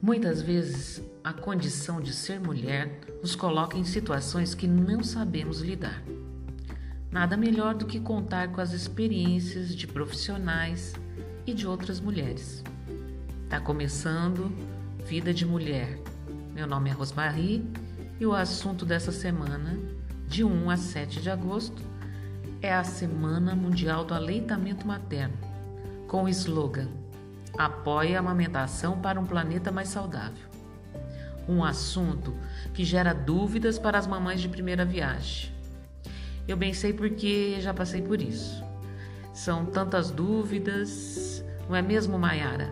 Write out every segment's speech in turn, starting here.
Muitas vezes, a condição de ser mulher nos coloca em situações que não sabemos lidar. Nada melhor do que contar com as experiências de profissionais e de outras mulheres. Tá começando Vida de Mulher. Meu nome é Rosmarie e o assunto dessa semana, de 1 a 7 de agosto, é a Semana Mundial do Aleitamento Materno, com o slogan Apoie a amamentação para um planeta mais saudável. Um assunto que gera dúvidas para as mamães de primeira viagem. Eu bem sei porque já passei por isso. São tantas dúvidas, não é mesmo, Maiara?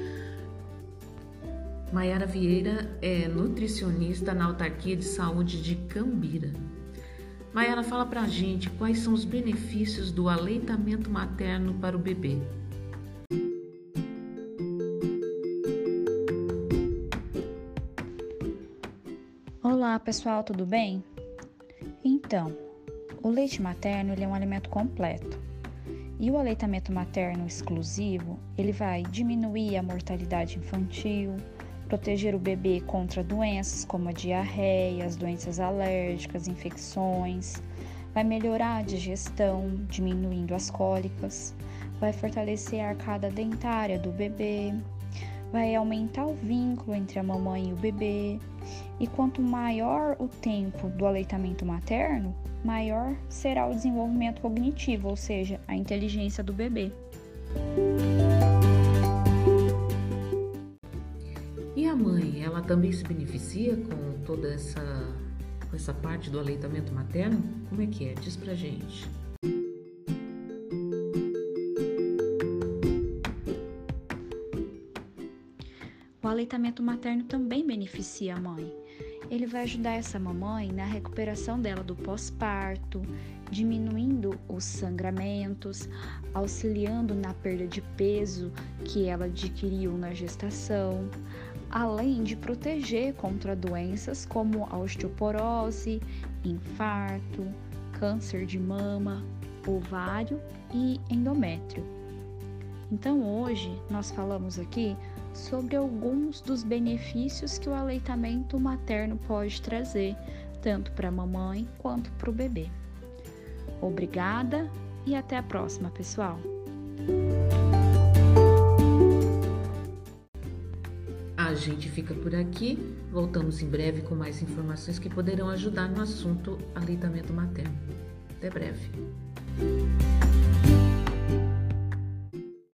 Maiara Vieira é nutricionista na Autarquia de Saúde de Cambira. Maiara, fala pra gente quais são os benefícios do aleitamento materno para o bebê. Olá pessoal, tudo bem? Então, o leite materno ele é um alimento completo e o aleitamento materno exclusivo ele vai diminuir a mortalidade infantil, proteger o bebê contra doenças como a diarreia, as doenças alérgicas, infecções, vai melhorar a digestão, diminuindo as cólicas, vai fortalecer a arcada dentária do bebê, vai aumentar o vínculo entre a mamãe e o bebê. E quanto maior o tempo do aleitamento materno, maior será o desenvolvimento cognitivo, ou seja, a inteligência do bebê. E a mãe, ela também se beneficia com toda essa parte do aleitamento materno? Como é que é? Diz pra gente. O aleitamento materno também beneficia a mãe. Ele vai ajudar essa mamãe na recuperação dela do pós-parto, diminuindo os sangramentos, auxiliando na perda de peso que ela adquiriu na gestação, além de proteger contra doenças como a osteoporose, infarto, câncer de mama, ovário e endométrio. Então hoje nós falamos aqui sobre alguns dos benefícios que o aleitamento materno pode trazer, tanto para a mamãe quanto para o bebê. Obrigada e até a próxima, pessoal! A gente fica por aqui, voltamos em breve com mais informações que poderão ajudar no assunto aleitamento materno. Até breve!